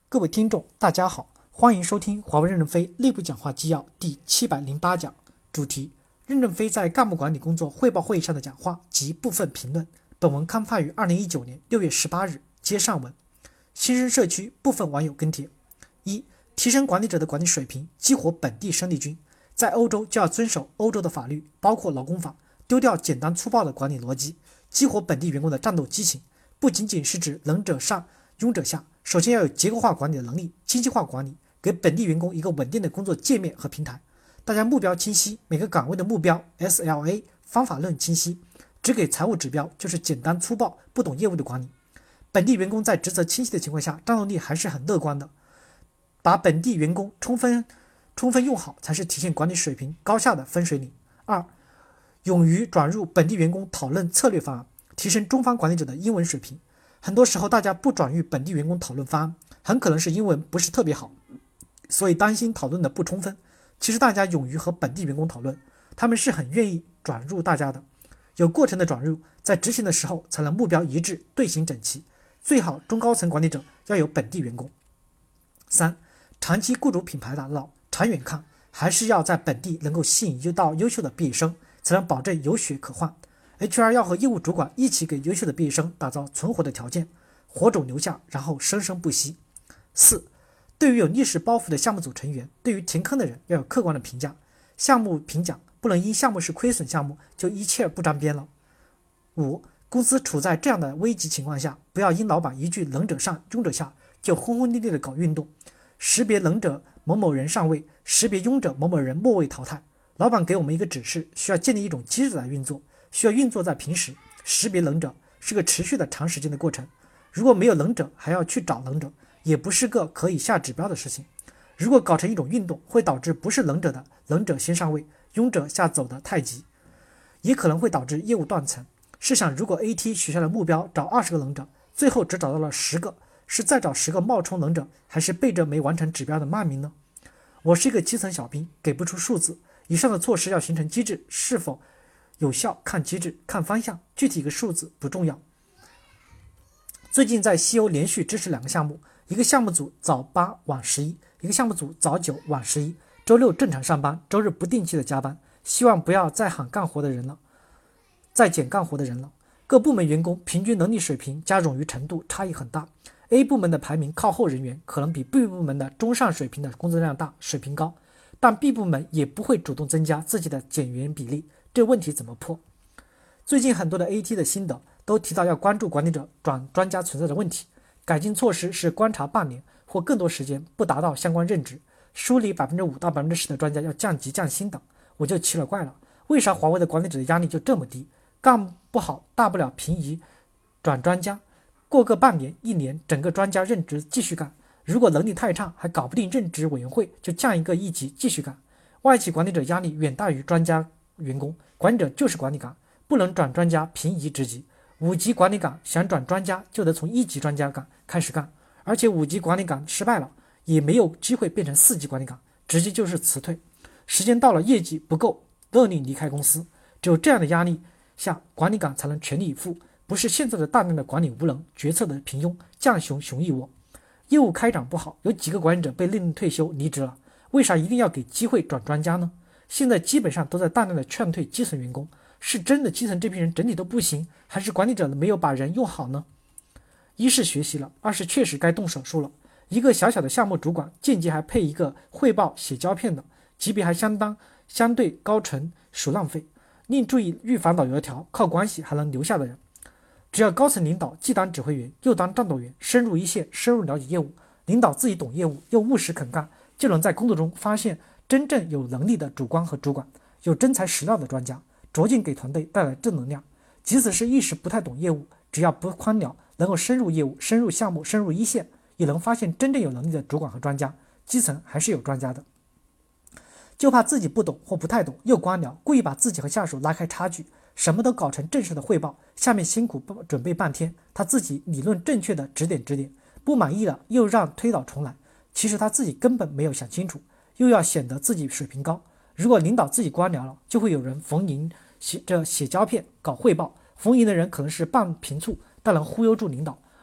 各位听众，大家好，欢迎收听华为任正非内部讲话纪要第708讲，主题：任正非在干部管理工作汇报会议上的讲话及部分评论。本文刊发于2019年6月18日。接上文，新生社区部分网友跟帖：一、提升管理者的管理水平，激活本地生力军。在欧洲就要遵守欧洲的法律，包括劳工法，丢掉简单粗暴的管理逻辑，激活本地员工的战斗激情。不仅仅是指能者上，庸者下。首先要有结构化管理的能力，精细化管理，给本地员工一个稳定的工作界面和平台。大家目标清晰，每个岗位的目标 SLA 方法论清晰，只给财务指标就是简单粗暴、不懂业务的管理。本地员工在职责清晰的情况下，战斗力还是很乐观的。把本地员工充分用好，才是体现管理水平高下的分水岭。二、勇于转入本地员工讨论策略方案，提升中方管理者的英文水平。很多时候大家不转入本地员工讨论方案，很可能是英文不是特别好，所以担心讨论的不充分。其实大家勇于和本地员工讨论，他们是很愿意转入大家的。有过程的转入，在执行的时候才能目标一致，队形整齐。最好中高层管理者要有本地员工。三、长期雇主品牌打造，长远看还是要在本地能够吸引到优秀的毕业生，才能保证有血可换。HR 要和业务主管一起给优秀的毕业生打造存活的条件，火种留下，然后生生不息。四、对于有历史包袱的项目组成员，对于填坑的人要有客观的评价，项目评奖不能因项目是亏损项目就一切不沾边了。五、公司处在这样的危急情况下，不要因老板一句能者上庸者下就轰轰烈烈的搞运动，识别能者某某人上位，识别庸者某某人末位淘汰。老板给我们一个指示，需要建立一种机制来运作，需要运作在平时。识别能者是个持续的长时间的过程，如果没有能者还要去找能者，也不是个可以下指标的事情。如果搞成一种运动，会导致不是能者的能者先上位，庸者下走的太急，也可能会导致业务断层。试想，如果 AT 许下的目标找20个能者，最后只找到了10个，是再找10个冒充能者，还是背着没完成指标的骂名呢？我是一个基层小兵，给不出数字。以上的措施要形成机制，是否有效看机制，看方向，具体一个数字不重要。最近在西欧连续支持2个项目，一个项目组早8晚11，一个项目组早9晚11，周6正常上班，周日不定期的加班。希望不要再喊干活的人了，再减干活的人了。各部门员工平均能力水平加冗余程度差异很大， A 部门的排名靠后人员可能比 B 部门的中上水平的工作量大，水平高，但 B 部门也不会主动增加自己的减员比例，这问题怎么破？最近很多的 AT 的心得都提到要关注管理者转专家存在的问题，改进措施是观察半年或更多时间不达到相关认知，梳理5%到10%的专家要降级降薪等。我就奇了怪了，为啥华为的管理者的压力就这么低？干不好大不了平移转专家，过个半年1年整个专家任职继续干，如果能力太差还搞不定任职委员会，就降一个1级继续干。外企管理者压力远大于专家员工，管理者就是管理岗，不能转专家平移职级，5级管理岗想转专家就得从1级专家岗开始干，而且5级管理岗失败了也没有机会变成4级管理岗，直接就是辞退，时间到了业绩不够勒令离开公司。只有这样的压力下，管理岗才能全力以赴，不是现在的大量的管理无能，决策的平庸，将熊熊一窝。业务开展不好，有几个管理者被令退休离职了，为啥一定要给机会转专家呢？现在基本上都在大量的劝退基层员工，是真的基层这批人整体都不行，还是管理者没有把人用好呢？一是学习了，二是确实该动手术了。一个小小的项目主管，间接还配一个汇报写胶片的，级别还相对高纯，属浪费。另注意预防老油条，靠关系还能留下的人。只要高层领导既当指挥员又当战斗员，深入一线，深入了解业务，领导自己懂业务又务实肯干，就能在工作中发现真正有能力的主官和主管，有真材实料的专家，着劲给团队带来正能量。即使是一时不太懂业务，只要不宽聊，能够深入业务，深入项目，深入一线，也能发现真正有能力的主管和专家，基层还是有专家的。就怕自己不懂或不太懂又官僚，故意把自己和下属拉开差距，什么都搞成正式的汇报，下面辛苦准备半天，他自己理论正确的指点，不满意了又让推倒重来，其实他自己根本没有想清楚，又要显得自己水平高。如果领导自己官僚了，就会有人逢迎写胶片搞汇报，逢迎的人可能是半平醋，但能忽悠住领导，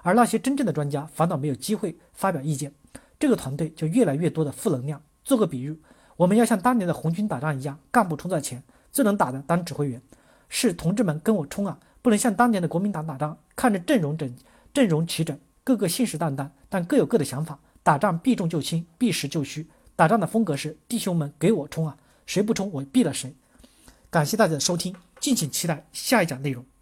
而那些真正的专家反倒没有机会发表意见，这个团队就越来越多的负能量。做个比喻，我们要像当年的红军打仗一样，干部冲在前，最能打的当指挥员，是同志们跟我冲啊！不能像当年的国民党打仗，看着阵容齐整，个个信誓旦旦，但各有各的想法。打仗避重就轻，避实就虚。打仗的风格是弟兄们给我冲啊，谁不冲我毙了谁。感谢大家的收听，敬请期待下一讲内容。